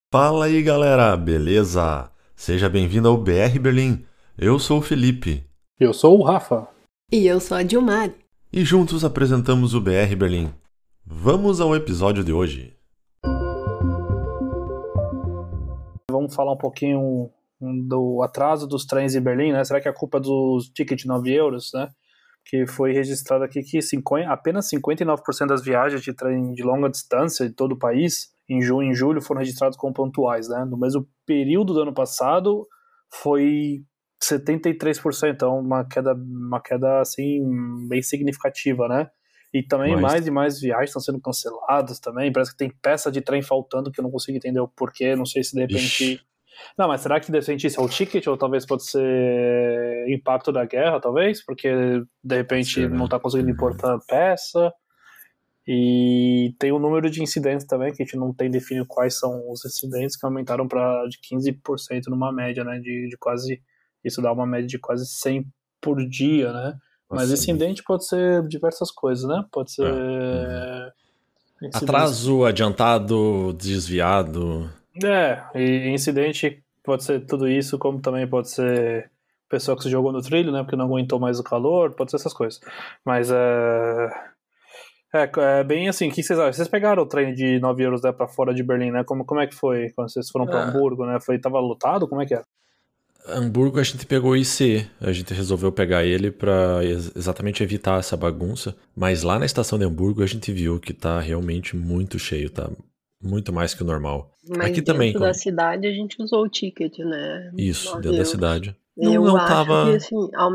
Fala aí galera, beleza? Seja bem-vindo ao BR Berlim. Eu sou o Felipe Eu sou o Rafa. E eu sou a Dilmari. e juntos apresentamos o BR Berlim. Vamos ao episódio de hoje. Vamos falar um pouquinho do atraso dos trens em Berlim, né? Será que é culpa dos tickets de 9 euros, né? Que foi registrado aqui que apenas 59% das viagens de trem de longa distância de todo o país, em junho e julho, foram registradas como pontuais, né? No mesmo período do ano passado, foi 73%, então uma queda assim, bem significativa, né? E também Mas, mais e mais viagens estão sendo canceladas também. Parece que tem peça de trem faltando que eu não consigo entender o porquê. Não sei se de ixi, repente. Não, mas será que de repente isso é o ticket? Ou talvez pode ser impacto da guerra, talvez? Porque de pode repente ser, não né? está conseguindo Uhum. importar peça. E tem o número de incidentes também, que a gente não tem definido quais são os incidentes, que aumentaram para de 15% numa média, né? De quase. Isso dá uma média de quase 100 por dia, né? Mas Nossa, muito. incidente pode ser diversas coisas, né? Pode É. Uhum. ser incidentes. Atraso, adiantado, desviado. E incidente pode ser tudo isso, como também pode ser pessoa que se jogou no trilho, né? Porque não aguentou mais o calor, pode ser essas coisas. Mas é bem assim, o que vocês acham? Vocês pegaram o trem de 9 euros, né, pra fora de Berlim, né? Como é que foi quando vocês foram pra Ah, Hamburgo, né? Tava lotado? Como é que é? Hamburgo a gente pegou o ICE, a gente resolveu pegar ele pra exatamente evitar essa bagunça, mas lá na estação de Hamburgo a gente viu que tá realmente muito cheio, tá muito mais que o normal. Mas Aqui também, dentro da cidade a gente usou o ticket, né? isso, 9 dentro da euros. cidade. Não, Eu não acho que, tava. assim,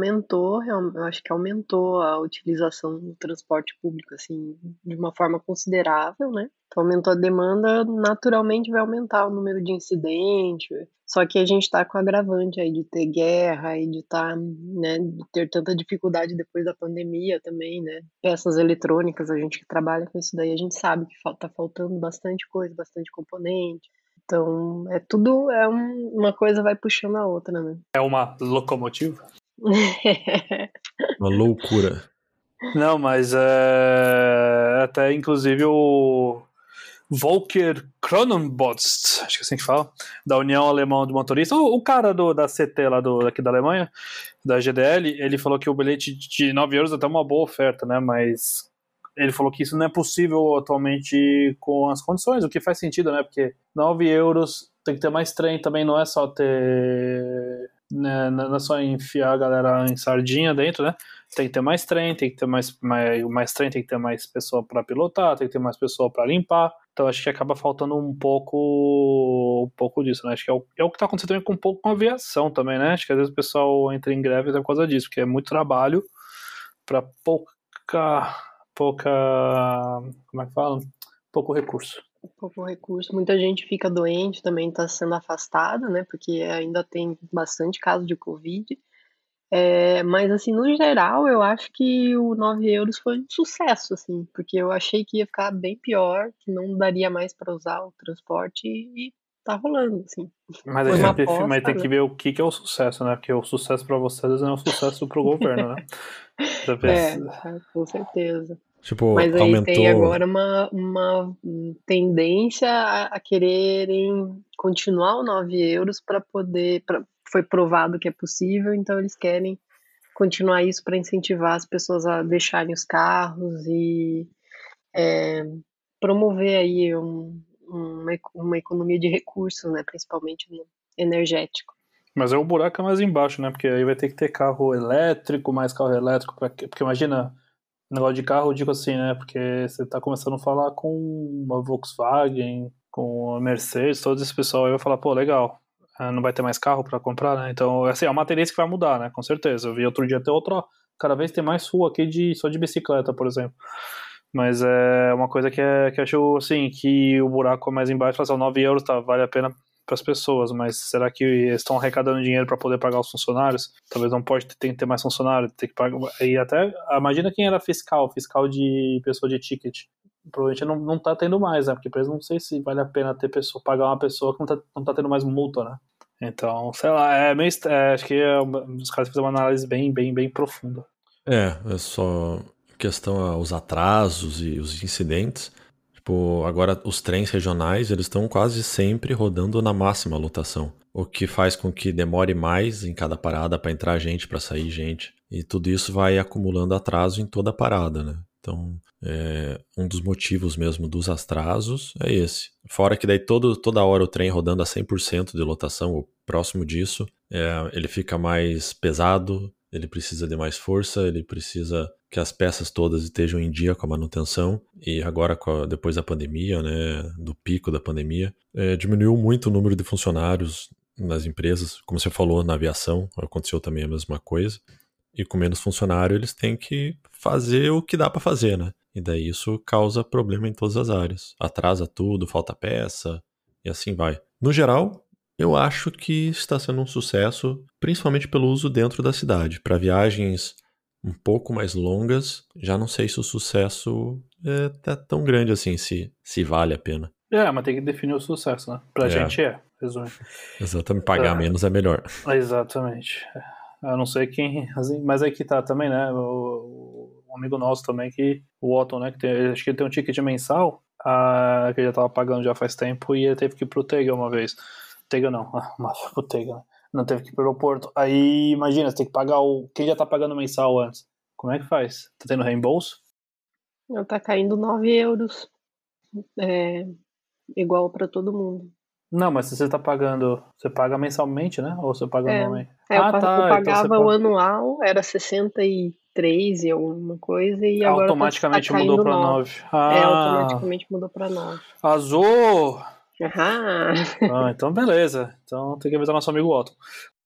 eu acho que aumentou a utilização do transporte público, assim, de uma forma considerável, né? Então, aumentou a demanda, naturalmente vai aumentar o número de incidentes. Só que a gente tá com o agravante aí de ter guerra e de tá, né, de ter tanta dificuldade depois da pandemia também, né? Peças eletrônicas, a gente que trabalha com isso daí, a gente sabe que tá faltando bastante coisa, bastante componente. Então, uma coisa vai puxando a outra, né? É uma locomotiva? Uma loucura. Não, mas até inclusive o Volker Kronenbotst, acho que é assim que fala, da União Alemã de Motoristas, o cara da CT lá daqui da Alemanha, da GDL, ele falou que o bilhete de 9 euros é até uma boa oferta, né? Mas ele falou que isso não é possível atualmente com as condições, o que faz sentido, né? Porque 9 euros tem que ter mais trem também, não é só ter. Né, não é só enfiar a galera em sardinha dentro, né? Tem que ter mais trem, tem que ter mais trem, tem que ter mais pessoa para pilotar, tem que ter mais pessoa para limpar. Então acho que acaba faltando um pouco disso, né? Acho que é o que está acontecendo também com um pouco com a aviação também, né? Acho que às vezes o pessoal entra em greve até por causa disso, porque é muito trabalho para pouca, como é que fala? Pouco recurso. Pouco recurso. Muita gente fica doente, também está sendo afastada, né? Porque ainda tem bastante caso de Covid. Mas, assim, no geral, eu acho que o 9 euros foi um sucesso, assim, porque eu achei que ia ficar bem pior, que não daria mais para usar o transporte e tá rolando, assim. Mas, Foi É, uma mas aposta, tem que né? ver o que é o sucesso, né? Porque o sucesso para vocês não é o sucesso para o governo, né? Você pensa. Com certeza. tipo, Mas aí tem aumentou. agora uma tendência a quererem continuar o 9 euros para poder. Foi provado que é possível, então eles querem continuar isso para incentivar as pessoas a deixarem os carros e promover aí uma economia de recursos, né, principalmente no energético. Mas o buraco é mais embaixo, né? Porque aí vai ter que ter carro elétrico, mais carro elétrico. Porque imagina, negócio de carro, eu digo assim, né? Porque você tá começando a falar com uma Volkswagen, com a Mercedes, todo esse pessoal aí vai falar, pô, legal, não vai ter mais carro para comprar, né? Então, assim, é uma tendência que vai mudar, né? Com certeza. Eu vi outro dia até outra, cada vez tem mais rua aqui só de bicicleta, por exemplo. Mas é uma coisa que eu acho, assim, que o buraco é mais embaixo, fala assim, 9 euros, tá, vale a pena para as pessoas, mas será que eles estão arrecadando dinheiro para poder pagar os funcionários? Talvez não pode ter que ter mais funcionário, ter que pagar. E até imagina quem era fiscal de pessoa de ticket. Provavelmente não tá tendo mais, né? Porque pra eles não sei se vale a pena ter pagar uma pessoa que não tá tendo mais multa, né? Então, sei lá, acho que os caras fizeram uma análise bem, bem, bem profunda. É só questão aos atrasos e os incidentes. Tipo, agora os trens regionais, eles estão quase sempre rodando na máxima lotação, o que faz com que demore mais em cada parada para entrar gente, para sair gente. E tudo isso vai acumulando atraso em toda a parada, né? Então, um dos motivos mesmo dos atrasos é esse. Fora que daí toda hora o trem rodando a 100% de lotação, ou próximo disso, ele fica mais pesado, ele precisa de mais força, ele precisa que as peças todas estejam em dia com a manutenção. E agora, depois da pandemia, né, do pico da pandemia, diminuiu muito o número de funcionários nas empresas. Como você falou, na aviação aconteceu também a mesma coisa. E com menos funcionário, eles têm que fazer o que dá para fazer, né? E daí isso causa problema em todas as áreas. Atrasa tudo, falta peça, e assim vai. No geral, eu acho que está sendo um sucesso, principalmente pelo uso dentro da cidade. Para viagens um pouco mais longas, já não sei se o sucesso é tão grande assim, se vale a pena. Mas tem que definir o sucesso, né? Pra gente resume. Exatamente, pagar menos é melhor. Exatamente. Eu não sei quem, assim, mas aí que tá também, né? Um amigo nosso também, o Otton, né? Acho que ele tem um ticket mensal, que ele já tava pagando já faz tempo, e ele teve que ir pro Tega uma vez. Tega não, pro Tega, né? Não teve que ir pro aeroporto. Aí, imagina, você tem que pagar quem já tá pagando mensal antes. Como é que faz? Tá tendo reembolso? Tá caindo 9 euros. Igual pra todo mundo. Não, mas se você tá pagando, você paga mensalmente, né? Ou você paga anualmente? Eu pagava então o anual, era 63 e alguma coisa, e agora automaticamente mudou pra 9. Automaticamente mudou pra 9. Azul! Aham. Então beleza. Então tem que avisar nosso amigo Otto.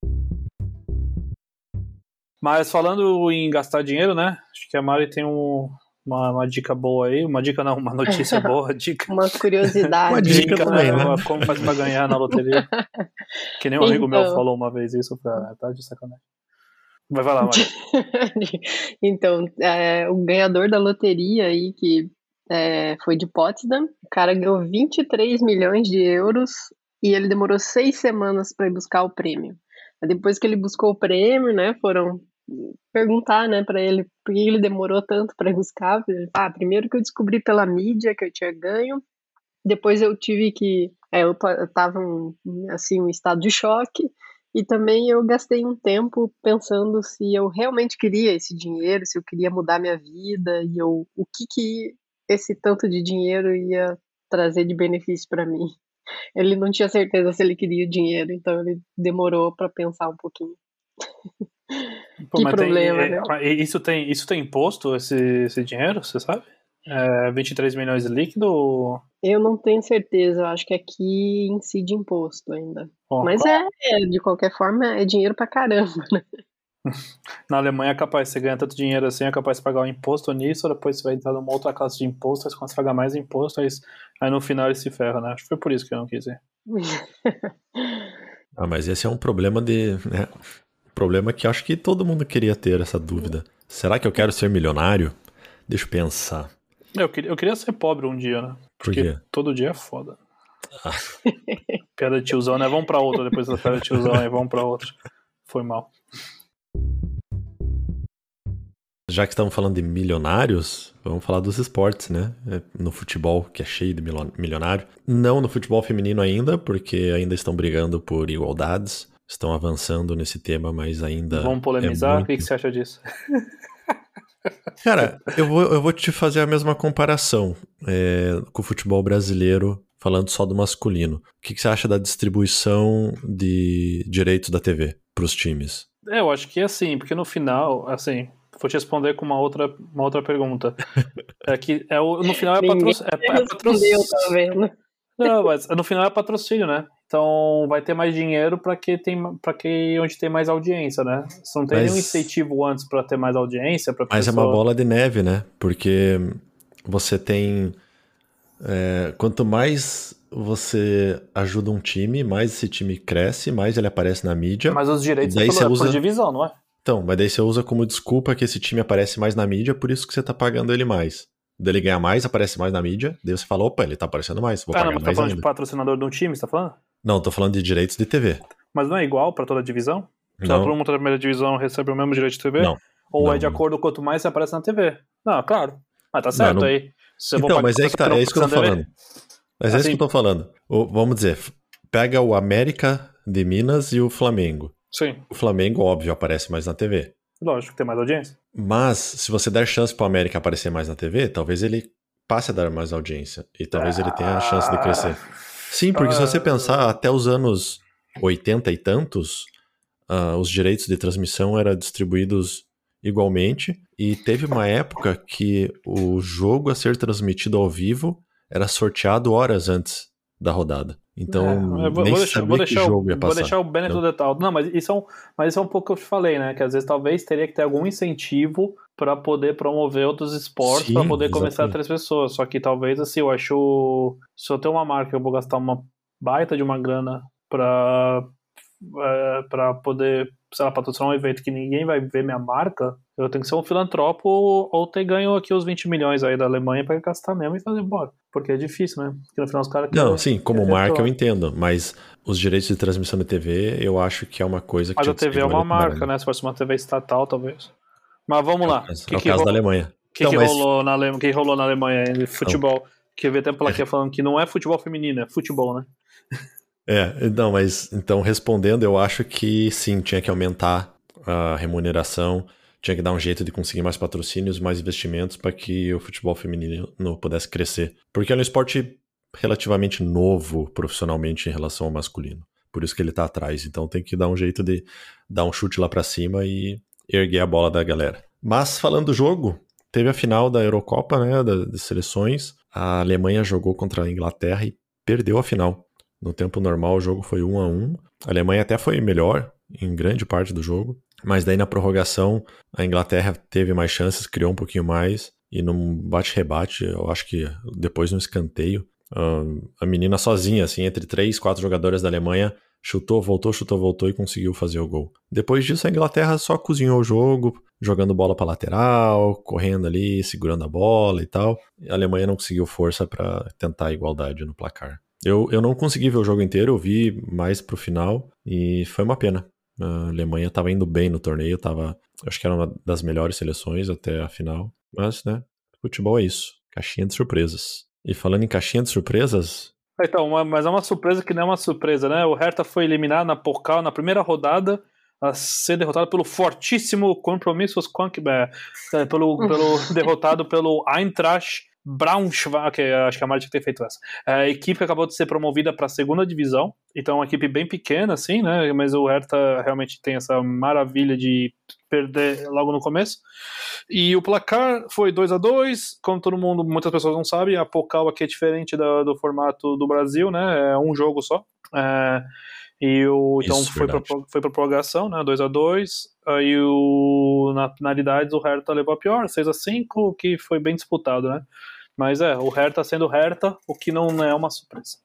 Mas falando em gastar dinheiro, né? Acho que a Mari tem uma dica boa aí. Uma dica não, uma notícia boa. Dica. Uma curiosidade. Uma dica também, né? Como faz pra ganhar na loteria. Que nem um amigo meu falou uma vez isso. Tá de sacanagem. Vai lá, Mari. Então, o ganhador da loteria aí, que foi de Potsdam, o cara ganhou 23 milhões de euros e ele demorou 6 semanas para ir buscar o prêmio. Depois que ele buscou o prêmio, né, foram perguntar, né, para ele por que ele demorou tanto para ir buscar. Primeiro que eu descobri pela mídia que eu tinha ganho, depois eu tive que eu tava assim, um estado de choque, e também eu gastei um tempo pensando se eu realmente queria esse dinheiro, se eu queria mudar minha vida, e o que esse tanto de dinheiro ia trazer de benefício para mim. Ele não tinha certeza se ele queria o dinheiro, então ele demorou para pensar um pouquinho. Que problema, né? Isso tem imposto, esse dinheiro, você sabe? 23 milhões líquido? Eu não tenho certeza, eu acho que aqui incide imposto ainda. Mas de qualquer forma, é dinheiro pra caramba, né? Na Alemanha é capaz, você ganha tanto dinheiro assim, é capaz de pagar um imposto nisso, depois você vai entrar numa outra classe de imposto, aí você começa a pagar mais imposto, aí no final ele se ferra, né? Acho que foi por isso que eu não quis ir. Mas esse é um problema problema que acho que todo mundo queria ter essa dúvida. Será que eu quero ser milionário? Deixa eu pensar. Eu queria ser pobre um dia, né? Porque por quê? Todo dia é foda. Piada de tiozão, né? Vamos pra outra depois da piada de tiozão, aí vamos pra outra. Foi mal. Já que estamos falando de milionários, vamos falar dos esportes, né? No futebol, que é cheio de milionário. Não no futebol feminino ainda, porque ainda estão brigando por igualdades. Estão avançando nesse tema, mas ainda... Vamos polemizar? O que você acha disso? Cara, eu vou te fazer a mesma comparação com o futebol brasileiro, falando só do masculino. O que você acha da distribuição de direitos da TV para os times? Eu acho que é assim, porque no final, assim, vou te responder com uma outra pergunta. No final é patrocínio. Tá vendo? Não, mas no final é patrocínio, né? Então vai ter mais dinheiro para onde tem mais audiência, né? Você não tem nenhum incentivo antes para ter mais audiência. Mas é uma bola de neve, né? Porque você tem... quanto mais você ajuda um time, mais esse time cresce, mais ele aparece na mídia. Mas os direitos você usa por divisão, não é? Então, mas daí você usa como desculpa que esse time aparece mais na mídia, por isso que você tá pagando ele mais. Dele ganhar mais, aparece mais na mídia, daí você fala, opa, ele tá aparecendo mais, vou pagar mas mais tá falando ainda. de patrocinador de um time, você tá falando? Não, tô falando de direitos de TV. Mas não é igual pra toda a divisão? Não. Todo mundo da primeira divisão recebe o mesmo direito de TV? Não. Ou não, é de acordo com quanto mais você aparece na TV? Não, claro. Mas tá certo aí. Se eu vou Então, pagar mas é que tá, é isso que eu tô falando. Mas é isso que eu tô falando. Vamos dizer, pega o América de Minas e o Flamengo. Sim, O Flamengo, óbvio, aparece mais na TV. lógico, tem mais audiência. Mas, se você der chance pro América aparecer mais na TV, talvez ele passe a dar mais audiência. E talvez ele tenha a chance de crescer. Sim, porque se você pensar, até os anos 80 e tantos, os direitos de transmissão eram distribuídos igualmente. E teve uma época que o jogo a ser transmitido ao vivo era sorteado horas antes da rodada. Então, eu nem sabia que jogo ia vou passar. deixar o Bennett do detalhe. Não, mas isso é um pouco que eu te falei, né? Que às vezes talvez teria que ter algum incentivo para poder promover outros esportes, para poder começar a 3 pessoas. Só que talvez, assim, eu acho. Se eu tenho uma marca, eu vou gastar uma baita de uma grana para poder, sei lá, patrocinar um evento que ninguém vai ver minha marca, eu tenho que ser um filantropo ou ter ganho aqui os 20 milhões aí da Alemanha para gastar mesmo e fazer embora. Porque é difícil, né? Porque no final os caras Não, sim, como marca eu entendo, mas os direitos de transmissão de TV eu acho que é uma coisa que... Mas a TV é uma marca, né? Se fosse uma TV estatal, talvez. Mas vamos lá. É o caso da Alemanha. O que rolou na Alemanha de futebol? Que eu vi até pela aqui falando que não é futebol feminino, é futebol, né? Não, mas então respondendo, eu acho que sim, tinha que aumentar a remuneração, tinha que dar um jeito de conseguir mais patrocínios, mais investimentos para que o futebol feminino pudesse crescer. Porque é um esporte relativamente novo profissionalmente em relação ao masculino. Por isso que ele tá atrás. Então tem que dar um jeito de dar um chute lá para cima e erguer a bola da galera. Mas falando do jogo, teve a final da Eurocopa, né, das seleções. A Alemanha jogou contra a Inglaterra e perdeu a final. No tempo normal o jogo foi 1-1. A Alemanha até foi melhor em grande parte do jogo, mas daí na prorrogação a Inglaterra teve mais chances, criou um pouquinho mais, e num bate-rebate, eu acho que depois no escanteio, a menina sozinha, assim, entre 3, 4 jogadores da Alemanha, chutou, voltou e conseguiu fazer o gol. Depois disso a Inglaterra só cozinhou o jogo, jogando bola para lateral, correndo ali, segurando a bola e tal. A Alemanha não conseguiu força para tentar a igualdade no placar. Eu não consegui ver o jogo inteiro, eu vi mais pro final e foi uma pena. A Alemanha estava indo bem no torneio, acho que era uma das melhores seleções até a final. Mas, né, futebol é isso, caixinha de surpresas. E falando em caixinha de surpresas... Então, mas é uma surpresa que não é uma surpresa, né? O Hertha foi eliminado na Pokal na primeira rodada, a ser derrotado pelo fortíssimo Compromissos pelo derrotado pelo Eintracht Braunschweig, acho que a Mari tinha que ter feito essa. A equipe acabou de ser promovida para a segunda divisão, então é uma equipe bem pequena, assim, né? Mas o Hertha realmente tem essa maravilha de perder logo no começo. E o placar foi 2-2, como todo mundo, muitas pessoas não sabem, a Pokal aqui é diferente do formato do Brasil, né? É um jogo só. Então foi pra prorrogação, né? 2-2. Aí na penalidades o Hertha levou a pior, 6-5, que foi bem disputado, né? Mas o Hertha sendo Hertha, o que não é uma surpresa.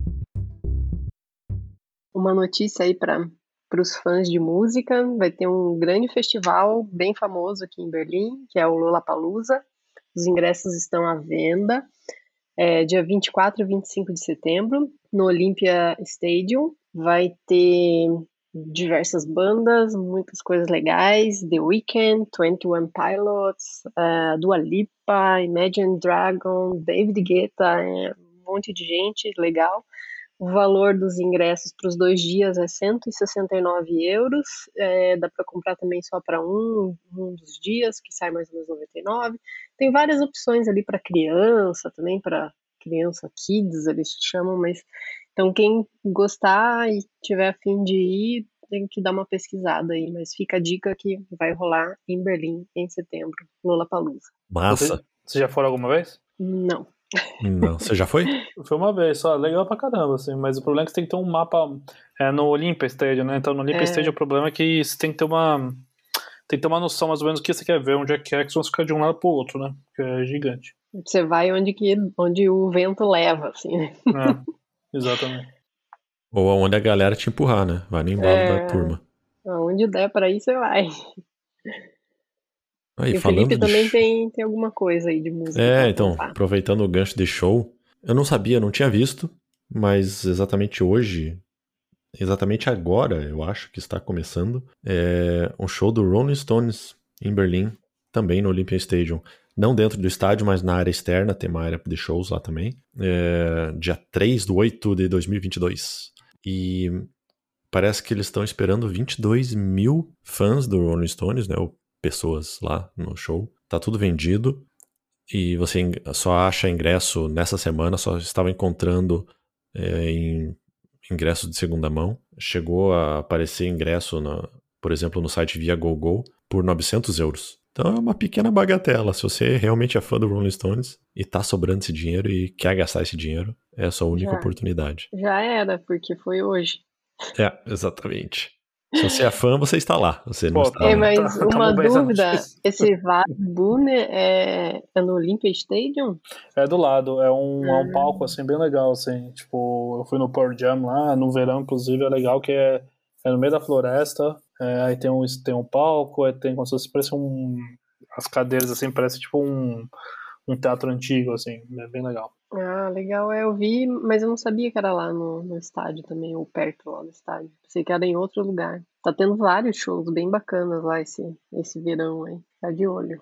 Uma notícia aí para os fãs de música, vai ter um grande festival bem famoso aqui em Berlim, que é o Lollapalooza. Os ingressos estão à venda, dia 24 e 25 de setembro, no Olympia Stadium. Vai ter diversas bandas, muitas coisas legais, The Weeknd, 21 Pilots, Dua Lipa, Imagine Dragon, David Guetta, um monte de gente legal. O valor dos ingressos para os 2 dias é 169 euros, dá para comprar também só para um dos dias, que sai mais ou menos 99. Tem várias opções ali para criança, também para criança kids, eles chamam, mas então quem gostar e tiver a fim de ir, tem que dar uma pesquisada aí, mas fica a dica que vai rolar em Berlim em setembro, Lollapalooza. Massa! Você já foram alguma vez? Não. Não, você já foi? Foi uma vez só, legal pra caramba, assim, mas o problema é que você tem que ter um mapa no Olympia Stadium, né? Então no Olympia Stadium o problema é que você tem que ter uma noção mais ou menos do que você quer ver, onde é que vão ficar de um lado pro outro, né? Porque é gigante. Você vai onde o vento leva, assim, né? Exatamente. Ou aonde a galera te empurrar, né? Vai no embalo da turma. Aonde der pra ir, você vai. Aí, e o Felipe também tem alguma coisa aí de música. Então, aproveitando o gancho de show, eu não sabia, não tinha visto, mas exatamente hoje, exatamente agora, eu acho que está começando, um show do Rolling Stones em Berlim, também no Olympia Stadium. Não dentro do estádio, mas na área externa, tem uma área de shows lá também. Dia 3/8 de 2022. E parece que eles estão esperando 22 mil fãs do Rolling Stones, né? Ou pessoas lá no show. Tá tudo vendido. E você só acha ingresso nessa semana, só estava encontrando em ingresso de segunda mão. Chegou a aparecer ingresso, por exemplo, no site Viagogo por 900 euros. Então é uma pequena bagatela. Se você realmente é fã do Rolling Stones e tá sobrando esse dinheiro e quer gastar esse dinheiro, é a sua única oportunidade. Já era, porque foi hoje. Exatamente. Se você é fã, você está lá. Você não está lá. Mas uma dúvida, esse Vibe é no Olympia Stadium? É do lado, é um palco, assim, bem legal, assim, tipo, eu fui no Pearl Jam lá, no verão, inclusive, é legal que é no meio da floresta, aí tem um palco, aí tem como se fosse, parece as cadeiras, assim, parece tipo um teatro antigo, assim, é bem legal. Ah, legal, eu vi, mas eu não sabia que era lá no estádio também, ou perto lá do estádio. Pensei que era em outro lugar. Tá tendo vários shows bem bacanas lá esse verão aí. Tá de olho.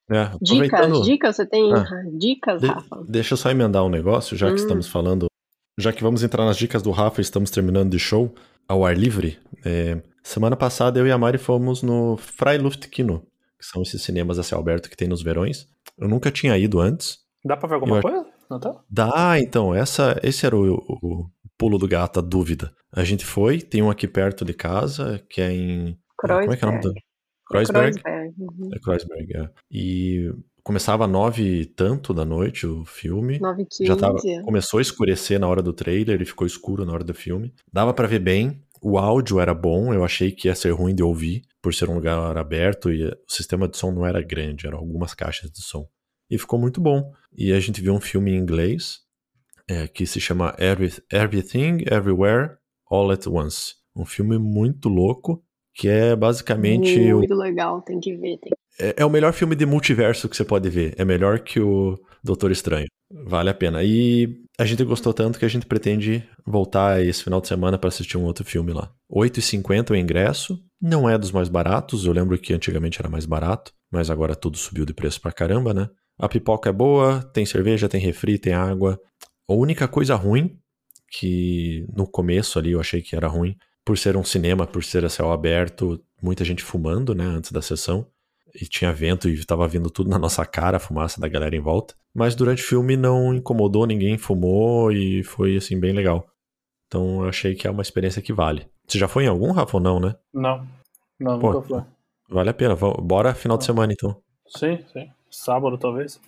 Dicas, você tem dicas, Rafa? Deixa eu só emendar um negócio, já que estamos falando, já que vamos entrar nas dicas do Rafa e estamos terminando de show ao ar livre. Semana passada eu e a Mari fomos no Freiluftkino, que são esses cinemas a céu aberto que tem nos verões. Eu nunca tinha ido antes. Dá pra ver alguma coisa? Não tá? Dá, então, esse era o pulo do gato, a dúvida. A gente foi, tem um aqui perto de casa, que é em... Kreuzberg. Como é que é o nome do... Kreuzberg? Uhum. É Kreuzberg, é. E começava 9 e tanto da noite o filme. 9h15. Começou a escurecer na hora do trailer e ficou escuro na hora do filme. Dava pra ver bem, o áudio era bom, eu achei que ia ser ruim de ouvir, por ser um lugar aberto e o sistema de som não era grande, eram algumas caixas de som. E ficou muito bom. E a gente viu um filme em inglês, que se chama Everything, Everywhere, All at Once. Um filme muito louco, que é basicamente... Muito legal, tem que ver. É o melhor filme de multiverso que você pode ver. É melhor que o Doutor Estranho. Vale a pena. E a gente gostou tanto que a gente pretende voltar esse final de semana para assistir um outro filme lá. 8,50 o ingresso. Não é dos mais baratos. Eu lembro que antigamente era mais barato, mas agora tudo subiu de preço pra caramba, né? A pipoca é boa, tem cerveja, tem refri, tem água. A única coisa ruim, que no começo ali eu achei que era ruim, por ser um cinema, por ser a céu aberto, muita gente fumando, né, antes da sessão. E tinha vento e tava vindo tudo na nossa cara, a fumaça da galera em volta. Mas durante o filme não incomodou, ninguém fumou e foi, assim, bem legal. Então eu achei que é uma experiência que vale. Você já foi em algum, Rafa, ou não, né? Não, nunca foi. Vale a pena. Bora final de semana, então. Sim. Sábado, talvez.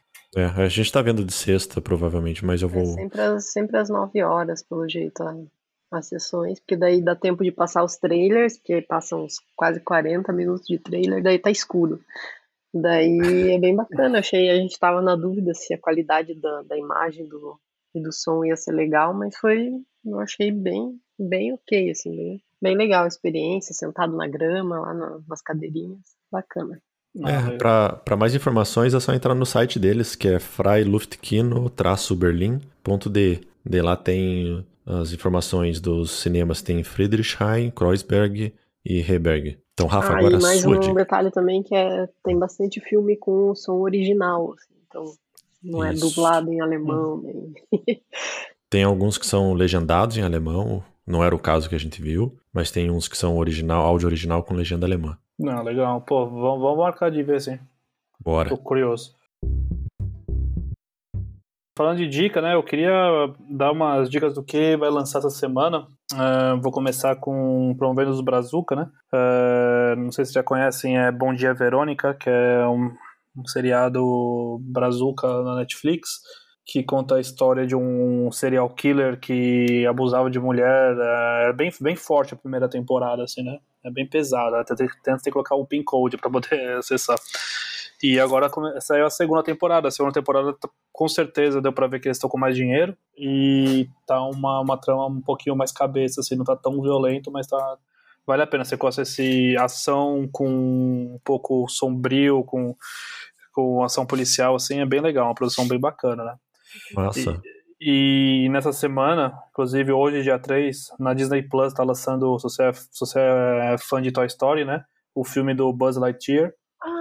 A gente tá vendo de sexta, provavelmente, mas eu vou... Sempre às 9 horas, pelo jeito, as sessões, porque daí dá tempo de passar os trailers, porque passam uns quase 40 minutos de trailer, daí tá escuro. Daí é bem bacana, a gente tava na dúvida se a qualidade da imagem e do som ia ser legal, mas eu achei bem ok, assim, bem legal a experiência, sentado na grama, lá nas cadeirinhas, bacana. Para mais informações é só entrar no site deles, que é freiluftkino-berlin.de. De lá tem as informações dos cinemas, tem Friedrichshain, Kreuzberg e Rehberg. Então, Rafa, agora e mais sua um dica. detalhe também que tem bastante filme com som original, assim, então não é dublado em alemão. Nem... Tem alguns que são legendados em alemão, não era o caso que a gente viu, mas tem uns que são áudio original com legenda alemã. Não, legal. Pô, vamos marcar de ver, sim. Bora. Tô curioso. Falando de dica, né? Eu queria dar umas dicas do que vai lançar essa semana. Vou começar com Promovendo os Brazuca, né? Não sei se já conhecem, Bom Dia Verônica, que é um seriado Brazuca na Netflix, que conta a história de um serial killer que abusava de mulher. É bem forte a primeira temporada, assim, né? É bem pesada. Tenta ter que colocar o PIN code pra poder acessar. E agora saiu a segunda temporada. A segunda temporada, com certeza, deu pra ver que eles estão com mais dinheiro. E tá uma trama um pouquinho mais cabeça, assim. Não tá tão violento, mas vale a pena. Você gosta desse ação com um pouco sombrio, com ação policial, assim, é bem legal. Uma produção bem bacana, né? Massa. E nessa semana, inclusive hoje, dia 3, na Disney Plus tá lançando, se você é fã de Toy Story, né? O filme do Buzz Lightyear.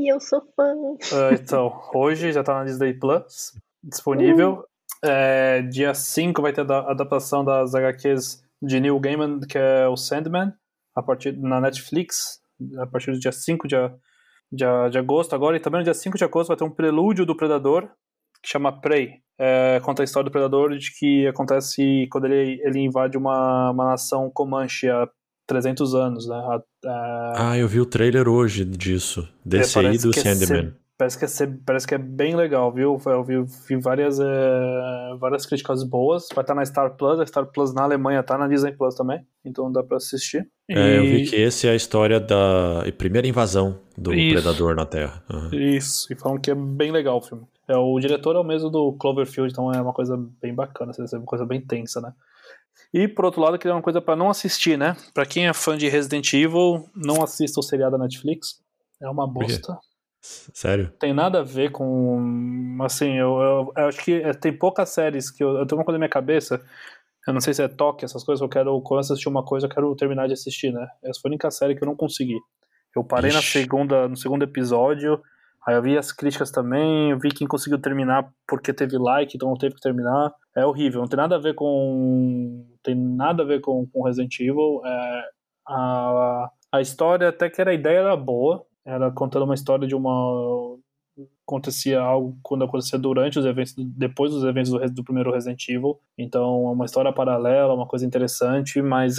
Ai, eu sou fã. Então, hoje já tá na Disney Plus, disponível. Dia 5 vai ter a adaptação das HQs de Neil Gaiman, que é o Sandman, na Netflix, a partir do dia 5 de agosto agora. E também no dia 5 de agosto vai ter um prelúdio do Predador, que chama Prey. Conta a história do Predador, de que acontece quando ele invade uma nação Comanche há 300 anos, né? Eu vi o trailer hoje disso, desse aí do Sandman. Parece que é bem legal, viu? Eu vi várias críticas boas. Vai estar na Star Plus. A Star Plus na Alemanha tá na Disney Plus também, então dá pra assistir. Eu vi que esse é a história da primeira invasão do Predador na Terra. Uhum. Isso, e falam que é bem legal o filme. O diretor é o mesmo do Cloverfield, então é uma coisa bem bacana, é uma coisa bem tensa, né? E, por outro lado, queria uma coisa pra não assistir, né? Pra quem é fã de Resident Evil, não assista o seriado da Netflix. É uma bosta. Sério? Tem nada a ver com... Assim, eu acho que tem poucas séries que eu tenho uma coisa na minha cabeça. Eu não sei se é toque, essas coisas. Quando eu assistir uma coisa, eu quero terminar de assistir, né? Essa foi a única série que eu não consegui. Eu parei no segundo episódio. Aí eu vi as críticas também, eu vi quem conseguiu terminar porque teve like, então não teve que terminar. É horrível, não tem nada a ver com Resident Evil. A história, até que a ideia era boa, era contando uma história de acontecia algo quando acontecia durante os eventos, depois dos eventos do primeiro Resident Evil. Então é uma história paralela, uma coisa interessante, mas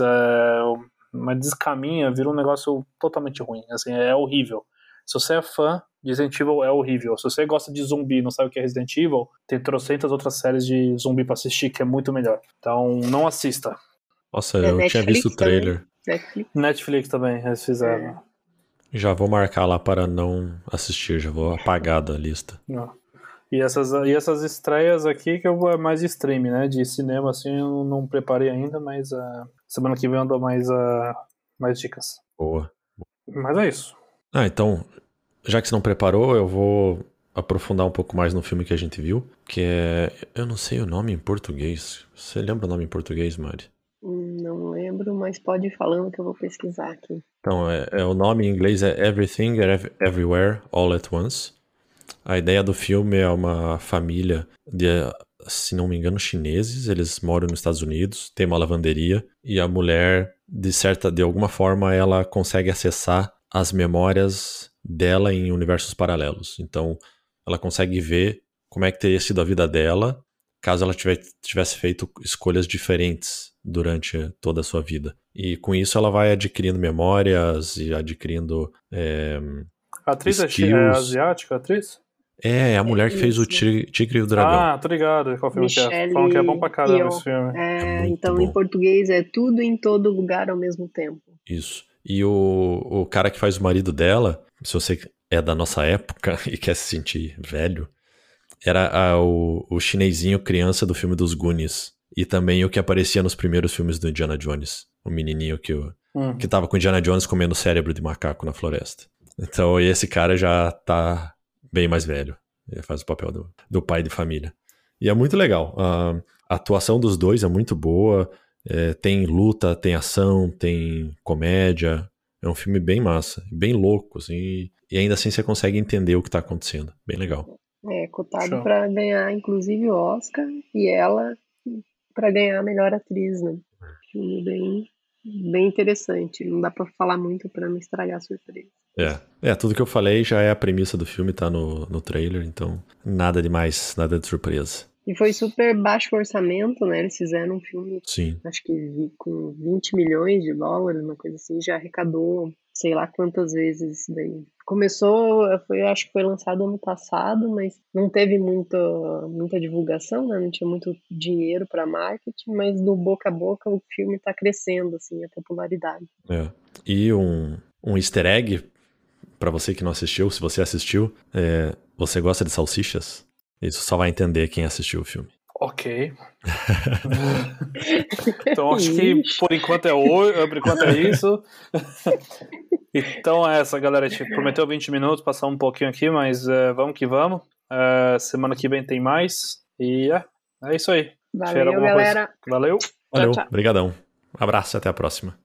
descaminha, vira um negócio totalmente ruim, assim, é horrível. Se você é fã de Resident Evil, é horrível. Se você gosta de zumbi e não sabe o que é Resident Evil, tem trocentas outras séries de zumbi pra assistir que é muito melhor. Então, não assista. Nossa, eu Netflix tinha visto o trailer. Netflix também, eles fizeram. Já vou marcar lá para não assistir, já vou apagar da lista. Não. E essas estreias aqui que eu vou mais de stream, né? De cinema, assim, eu não preparei ainda, mas semana que vem eu dou mais dicas. Boa. Mas é isso. Então, já que você não preparou, eu vou aprofundar um pouco mais no filme que a gente viu, que é... Eu não sei o nome em português. Você lembra o nome em português, Mari? Não lembro, mas pode ir falando que eu vou pesquisar aqui. Então, o nome em inglês é Everything, Everywhere, All at Once. A ideia do filme é uma família de, se não me engano, chineses. Eles moram nos Estados Unidos, tem uma lavanderia, e a mulher, de alguma forma, ela consegue acessar as memórias dela em universos paralelos. Então, ela consegue ver como é que teria sido a vida dela caso ela tivesse feito escolhas diferentes durante toda a sua vida. E com isso ela vai adquirindo memórias e adquirindo A atriz skills. É asiática, a atriz? É a mulher que fez o Tigre e o Dragão. Tô ligado qual filme Michelle que é. Falam que é bom pra caramba esse filme. Então bom. Em português é Tudo em Todo Lugar ao Mesmo Tempo. Isso. E o cara que faz o marido dela, se você é da nossa época e quer se sentir velho, era o chinesinho criança do filme dos Goonies. E também o que aparecia nos primeiros filmes do Indiana Jones. O menininho que tava com Indiana Jones comendo cérebro de macaco na floresta. Então esse cara já tá bem mais velho. Ele faz o papel do pai de família. E é muito legal. A atuação dos dois é muito boa. Tem luta, tem ação, tem comédia. É um filme bem massa, bem louco, assim. E ainda assim você consegue entender o que tá acontecendo. Bem legal. Cotado pra ganhar, inclusive, o Oscar. E ela pra ganhar a melhor atriz, né? Filme bem interessante. Não dá pra falar muito pra não estragar a surpresa. Tudo que eu falei já é a premissa do filme, tá no trailer. Então, nada demais, nada de surpresa. E foi super baixo orçamento, né? Eles fizeram um filme, Sim. Acho que com 20 milhões de dólares, uma coisa assim, já arrecadou sei lá quantas vezes isso daí. Acho que foi lançado ano passado, mas não teve muita divulgação, né? Não tinha muito dinheiro para marketing, mas no boca a boca o filme tá crescendo, assim, a popularidade. E um easter egg, pra você que não assistiu, se você assistiu, você gosta de salsichas? Isso só vai entender quem assistiu o filme. Ok. Então acho que por enquanto é isso. Então é essa, galera. A gente prometeu 20 minutos, passar um pouquinho aqui, mas vamos que vamos. Semana que vem tem mais. E é isso aí. Valeu, galera. Valeu. Valeu, tchau. Obrigadão. Um abraço e até a próxima.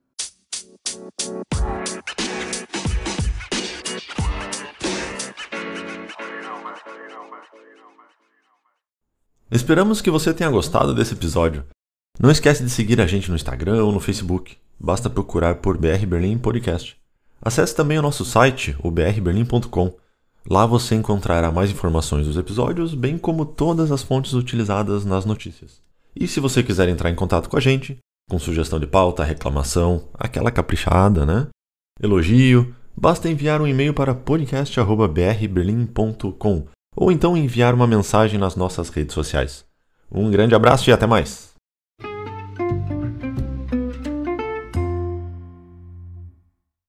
Esperamos que você tenha gostado desse episódio. Não esquece de seguir a gente no Instagram ou no Facebook. Basta procurar por BR Berlim Podcast. Acesse também o nosso site, o brberlim.com. Lá você encontrará mais informações dos episódios, bem como todas as fontes utilizadas nas notícias. E se você quiser entrar em contato com a gente, com sugestão de pauta, reclamação, aquela caprichada, né? Elogio, basta enviar um e-mail para podcast@brberlim.com ou então enviar uma mensagem nas nossas redes sociais. Um grande abraço e até mais!